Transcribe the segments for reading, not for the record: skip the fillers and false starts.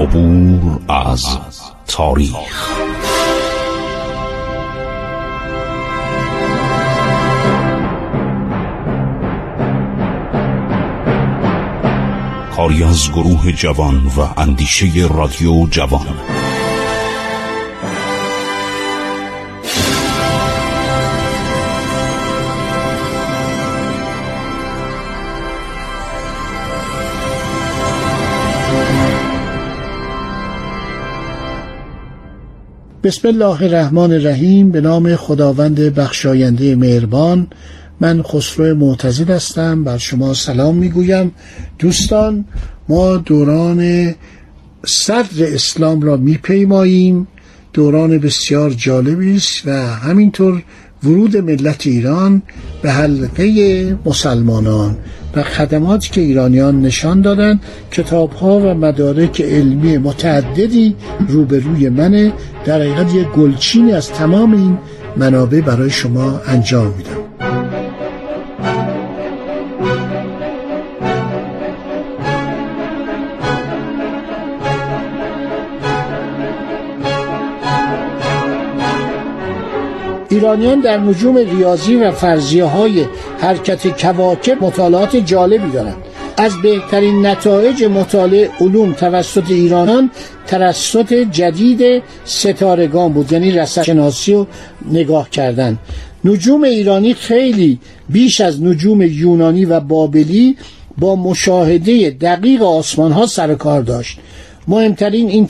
عبور از تاریخ. کاری از گروه جوان و اندیشه رادیو جوان. بسم الله الرحمن الرحیم. به نام خداوند بخشاینده مهربان. من خسرو معتزد هستم، بر شما سلام میگویم. دوستان، ما دوران صدر اسلام را میپیماییم. دوران بسیار جالبی است و همینطور ورود ملت ایران به حلقه مسلمانان و خدماتی که ایرانیان نشان دادند. کتاب‌ها و مدارک علمی متعددی روبروی منه. در حقیقت یک گلچینی از تمام این منابع برای شما انجام میدم. ایرانیان در نجوم ریاضی و فرضیه‌های حرکت کواکب مطالعات جالبی دارند. از بهترین نتایج مطالعه علوم توسط ایرانیان ترسط جدید ستارگان بود، یعنی رصدشناسی رو نگاه کردن. نجوم ایرانی خیلی بیش از نجوم یونانی و بابلی با مشاهده دقیق آسمان‌ها سر کار داشت. مهمترین این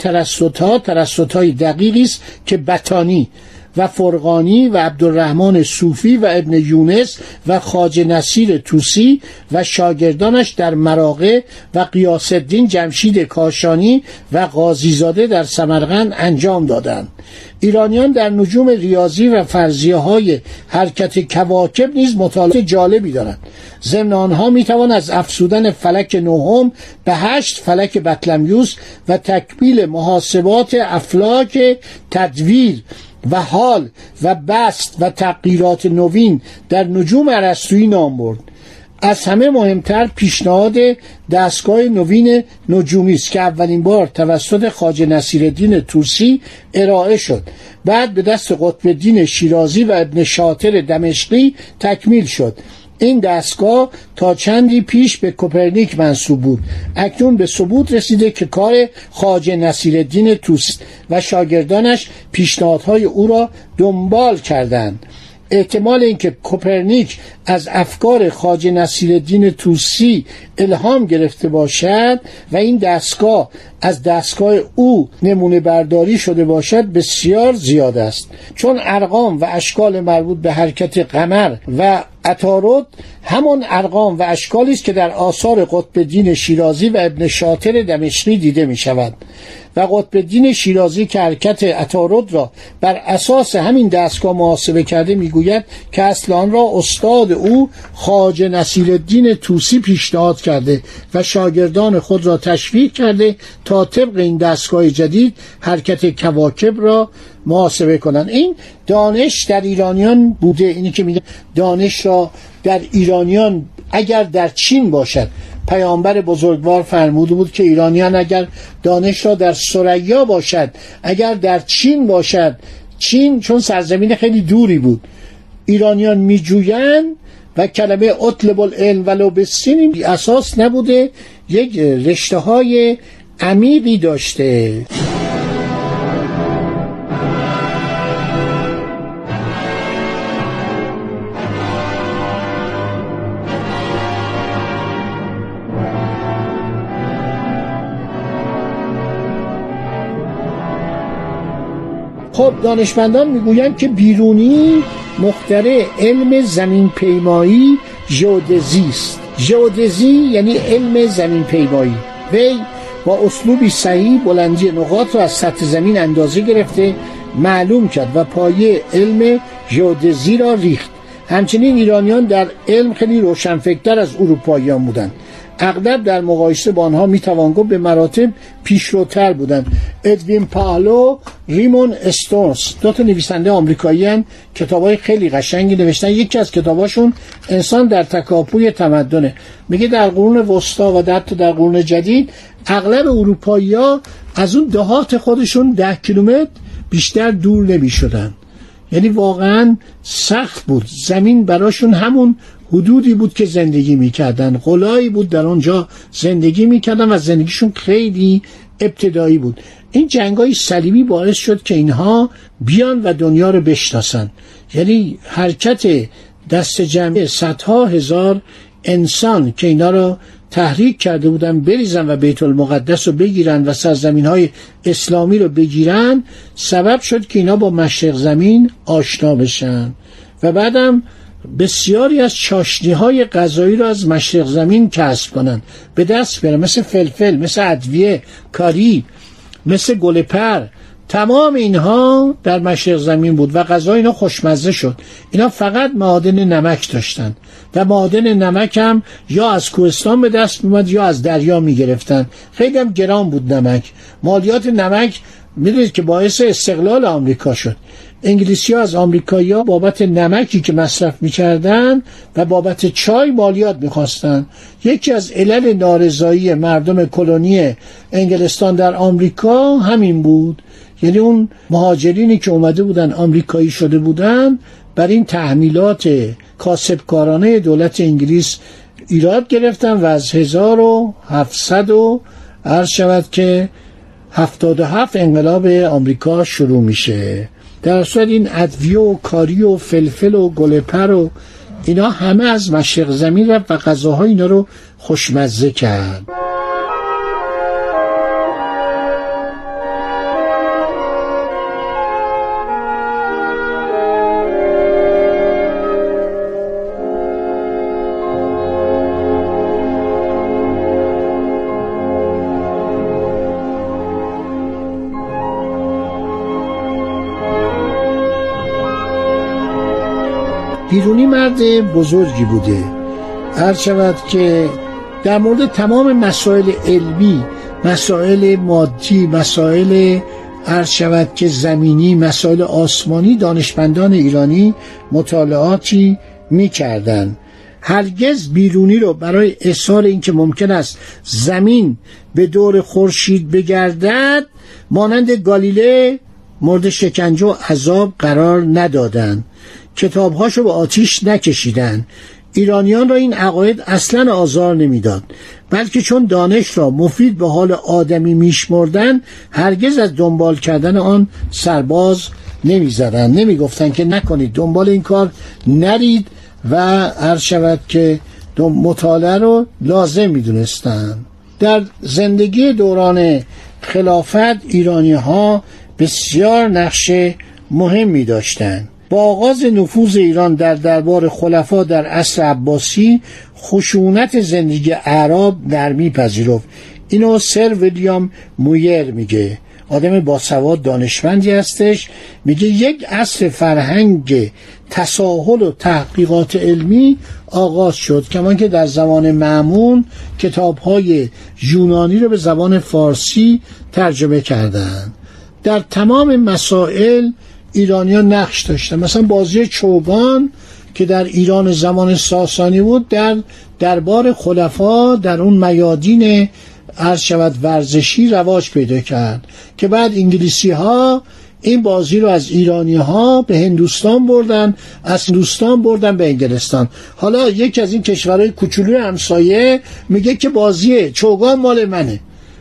ترسط‌های دقیقی است که بطانی و فرغانی و عبدالرحمن صوفی و ابن یونس و خواجه نصیر طوسی و شاگردانش در مراغه و غیاث الدین جمشید کاشانی و قاضیزاده در سمرقند انجام دادند. ایرانیان در نجوم ریاضی و فرضیه‌های حرکت کواکب نیز مطالعات جالبی دارند. ضمن آنها میتوان از افزودن فلک نهم به 8 فلک بطلمیوس و تکمیل محاسبات افلاک تدویر و حال و بسط و تغییرات نوین در نجوم ارسطویی نام برد. از همه مهمتر پیشنهاد دستگاه نوین نجومی است که اولین بار توسط خواجه نصیرالدین طوسی ارائه شد. بعد به دست قطب الدین شیرازی و ابن شاطر دمشقی تکمیل شد. این دستگاه تا چندی پیش به کوپرنیک منسوب بود. اکنون به ثبوت رسیده که کار خواجه نصیرالدین طوسی و شاگردانش پیشنهادهای او را دنبال کردند. احتمال اینکه کوپرنیک از افکار خواجه نصیرالدین طوسی الهام گرفته باشد و این دستگاه از دستگاه او نمونه برداری شده باشد بسیار زیاد است، چون ارقام و اشکال مربوط به حرکت قمر و عطارد همان ارقام و اشکالی است که در آثار قطب الدین شیرازی و ابن شاطر دمشقی دیده می شود. و قطب الدین شیرازی که حرکت عطارد را بر اساس همین دستگاه محاسبه کرده میگوید که اصل آن را استاد او خواجه نصیرالدین طوسی پیشنهاد کرده و شاگردان خود را تشویق کرده تا طبق این دستگاه جدید حرکت کواکب را محاسبه کنند. این دانش در ایرانیان بوده. اینی که میگه دانش را در ایرانیان اگر در چین باشد، پیامبر بزرگوار فرموده بود که ایرانیان اگر دانش را در ثریا باشد، اگر در چین باشد، چین چون سرزمین خیلی دوری بود، ایرانیان میجویند و کلمه اطلب العلم ولو بالسین اساس نبوده، یک رشته های عمیقی داشته. خب دانشمندان میگویند که بیرونی مخترع علم زمین پیمایی ژئودزی است. ژئودزی یعنی علم زمین پیمایی. وی با اسلوبی صحیح بلندی نقاط را از سطح زمین اندازه گرفته معلوم کرد و پایه علم ژئودزی را ریخت. همچنین ایرانیان در علم خیلی روشنفکرتر از اروپاییان بودند. اغلب در مقایسه با آنها میتوان گفت به مراتب پیشروتر بودند. ادوین پالو، ریمون استونز، دو تا نویسنده آمریکایی هستند، کتابای خیلی قشنگی نوشتن. یکی از کتاباشون انسان در تکاپوی تمدنه. میگه در قرون وسطا و حتی در قرون جدید اغلب اروپایی‌ها از اون دهات خودشون 10 کیلومتر بیشتر دور نمی‌شدن. یعنی واقعا سخت بود. زمین براشون همون حدودی بود که زندگی میکردن، قلایی بود در اونجا زندگی میکردن و زندگیشون خیلی ابتدایی بود. این جنگای صلیبی باعث شد که اینها بیان و دنیا رو بشناسن. یعنی حرکت دست جمعی صدها هزار انسان که اینا رو تحریک کرده بودن بریزن و بیت المقدس رو بگیرن و سرزمین‌های اسلامی رو بگیرن، سبب شد که اینا با مشرق زمین آشنا بشن و بعدم بسیاری از چاشنی‌های غذایی رو از مشرق زمین کسب کنن، به دست بیارن، مثل فلفل، مثل ادویه، کاری، مثل گلپر. تمام اینها در مشرق زمین بود و غذا اینا خوشمزه شد. اینا فقط معادن نمک داشتن و معادن نمک هم یا از کوهستان به دست میومد یا از دریا میگرفتن. خیلی هم گران بود نمک. مالیات نمک میدونید که باعث استقلال آمریکا شد. انگلیسی ها از آمریکایی ها بابت نمکی که مصرف میکردن و بابت چای مالیات میخواستن. یکی از علل نارضایی مردم کلونی انگلستان در آمریکا همین بود. یعنی اون مهاجرینی که اومده بودن آمریکایی شده بودن بر این تحمیلات کاسبکارانه دولت انگلیس ایراد گرفتن و از 1700 عرض شود که 77 انقلاب آمریکا شروع میشه. در صورت این ادویه و کاری و فلفل و گلپر و اینا همه از مشرق زمین رفت و غذاها اینا رو خوشمزه کرد. بیرونی مرد بزرگی بوده. عرض شود که در مورد تمام مسائل علمی، مسائل مادی، مسائل عرض شود که زمینی، مسائل آسمانی دانشمندان ایرانی مطالعاتی می کردن. هرگز بیرونی رو برای اظهار اینکه ممکن است زمین به دور خورشید بگردد مانند گالیله مورد شکنجه و عذاب قرار ندادند. کتابهاشو به آتیش نکشیدن. ایرانیان را این عقاید اصلا آزار نمیداد، بلکه چون دانش را مفید به حال آدمی میشمردن هرگز از دنبال کردن آن سرباز نمیزدن، نمیگفتن که نکنید، دنبال این کار نرید و عرض شود که مطالعه رو لازم میدونستن. در زندگی دوران خلافت ایرانی ها بسیار نقش مهمی داشتند. با آغاز نفوذ ایران در دربار خلفا در عصر عباسی خشونت زندگی اعراب نرمی پذیرفت. اینو سر ویلیام مویر میگه، آدم باسواد دانشمندی هستش. میگه یک عصر فرهنگ تساهل و تحقیقات علمی آغاز شد، کمان که در زمان مأمون کتاب‌های یونانی رو به زبان فارسی ترجمه کردند. در تمام مسائل ایرانیان نقش داشتن. مثلا بازی چوگان که در ایران زمان ساسانی بود در دربار خلفا در اون میادین عرض شود ورزشی رواج پیدا کرد که بعد انگلیسی ها این بازی رو از ایرانی ها به هندوستان بردن، از هندوستان بردن به انگلستان. حالا یکی از این کشورهای کوچولوی همسایه میگه که بازی چوگان مال منه،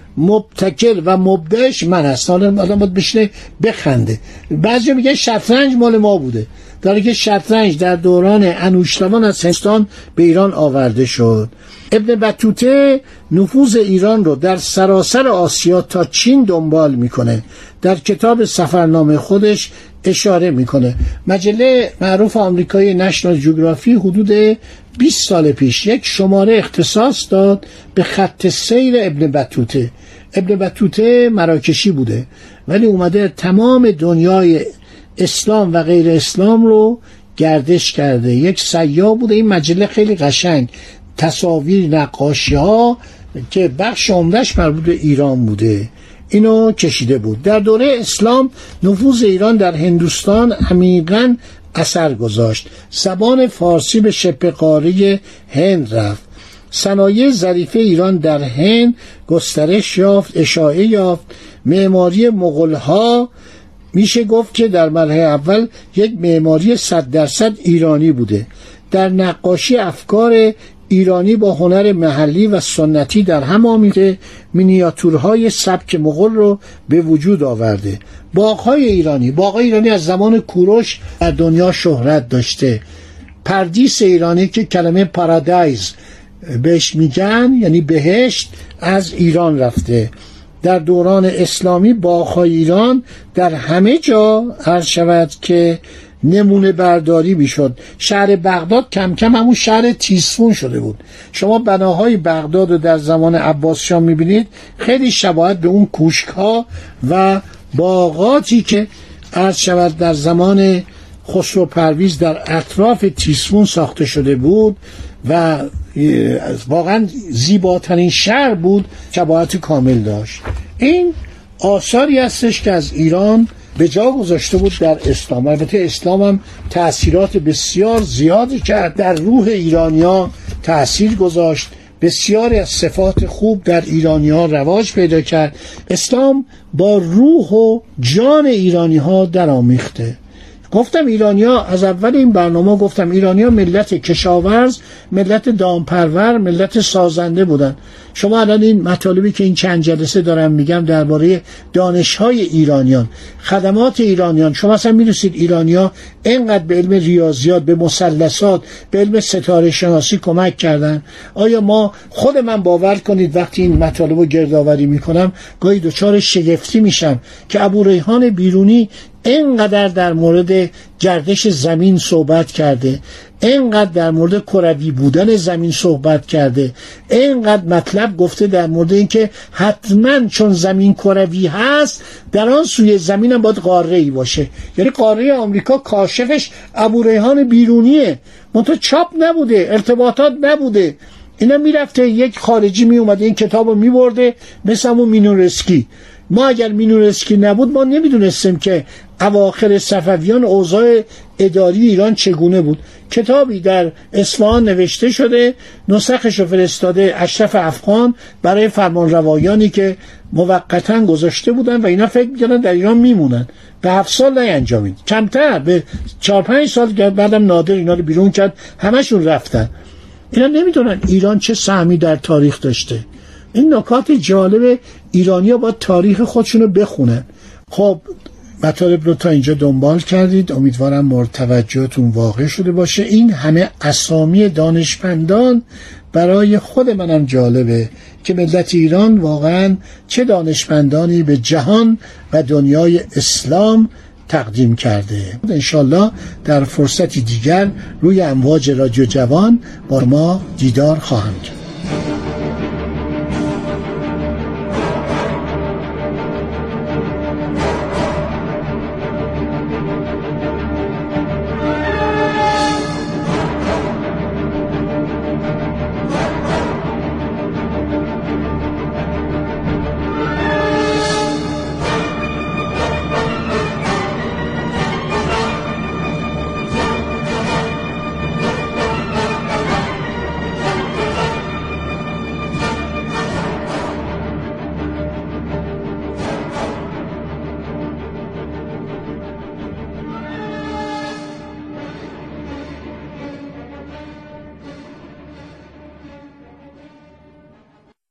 مبتکر و مبدعش من هستم. حالا آدم باید بشینه بخنده. بعضی میگه شطرنج مال ما بوده، در حالی که شطرنج در دوران انوشیروان از هندوستان به ایران آورده شد. ابن بطوطه نفوذ ایران رو در سراسر آسیا تا چین دنبال میکنه. در کتاب سفرنامه خودش اشاره میکنه. مجله معروف آمریکایی نشنال جیوگرافی حدود 20 سال پیش یک شماره اختصاص داد به خط سیر ابن بطوطه. ابن بطوطه مراکشی بوده ولی اومده تمام دنیای اسلام و غیر اسلام رو گردش کرده، یک سیاح بوده. این مجله خیلی قشنگ تصاویر، نقاشی ها که بخش عمده‌اش مربوط به ایران بوده اینو کشیده بود. در دوره اسلام نفوذ ایران در هندوستان عمیقاً اثر گذاشت. زبان فارسی به شبه قاره هند رفت. صنایع ظریفه ایران در هند گسترش یافت، اشاعه یافت. معماری مغول‌ها میشه گفت که در مرحله اول یک معماری 100% ایرانی بوده. در نقاشی افکار ایرانی با هنر محلی و سنتی در هم آمیخته، مینیاتورهای سبک مغول رو به وجود آورده. باغ‌های ایرانی از زمان کوروش در دنیا شهرت داشته. پردیس ایرانی که کلمه پارادایز بهش میگن یعنی بهشت، از ایران رفته. در دوران اسلامی باغ‌های ایران در همه جا عرض شود که نمونه برداری میشد. شهر بغداد کم کم همون شهر تیسفون شده بود. شما بناهای بغداد رو در زمان عباسیان میبینید، خیلی شباهت به اون کوشک‌ها و باغاتی که عرض شود در زمان خسرو پرویز در اطراف تیسفون ساخته شده بود و واقعا زیباترین شهر بود، شباهت کامل داشت. این آثاری هستش که از ایران به جا گذاشته بود در اسلام. البته اسلام هم تأثیرات بسیار زیادی کرد، در روح ایرانی‌ها تأثیر گذاشت، بسیاری از صفات خوب در ایرانی‌ها رواج پیدا کرد. اسلام با روح و جان ایرانی‌ها درآمیخته. گفتم ایرانی‌ها از اول این برنامه گفتم ایرانی‌ها ملت کشاورز، ملت دامپرور، ملت سازنده بودن. شما الان این مطالبی که این چند جلسه دارم میگم درباره دانش‌های ایرانیان، خدمات ایرانیان، شما اصلا می‌رسید ایرانی‌ها اینقدر به علم ریاضیات، به مثلثات، به علم ستاره شناسی کمک کردن. آیا ما خود من باور کنید وقتی این مطالب رو گردآوری می‌کنم گاهی دچار شگفتی میشم که ابوریحان بیرونی اینقدر در مورد گردش زمین صحبت کرده، اینقدر در مورد کروی بودن زمین صحبت کرده، اینقدر مطلب گفته در مورد اینکه حتما چون زمین کروی هست در آن سوی زمین هم باید قاره‌ای باشه. یعنی قاره آمریکا کاشفش ابوریحان بیرونیه، منتها چاپ نبوده، ارتباطات نبوده. اینا میرفته یک خارجی میومده این کتابو میبرده، مثل همون مینورسکی. ما اگر مینورسکی نبود ما نمیدونستیم که اواخر صفویان اوضاع اداری ایران چگونه بود. کتابی در اصفهان نوشته شده، نسخش رو فرستاده اشرف افغان برای فرمانروایانی که موقتا گذاشته بودن و اینا فکر می‌کردن در ایران میمونن. به 7 سال نینجامید، کمتر به 4-5 سال بعدم نادر اینا رو بیرون کرد، همشون رفتن. اینا نمیدونن ایران چه سهمی در تاریخ داشته. این نکات جالب ایرانی‌ها باید تاریخ خودشونو بخونن. خب مطالب رو تا اینجا دنبال کردید، امیدوارم مورد توجهتون واقع شده باشه. این همه اسامی دانشمندان برای خود منم جالبه که ملت ایران واقعا چه دانشمندانی به جهان و دنیای اسلام تقدیم کرده. انشالله در فرصتی دیگر روی امواج رادیو جوان با ما دیدار خواهم کرد.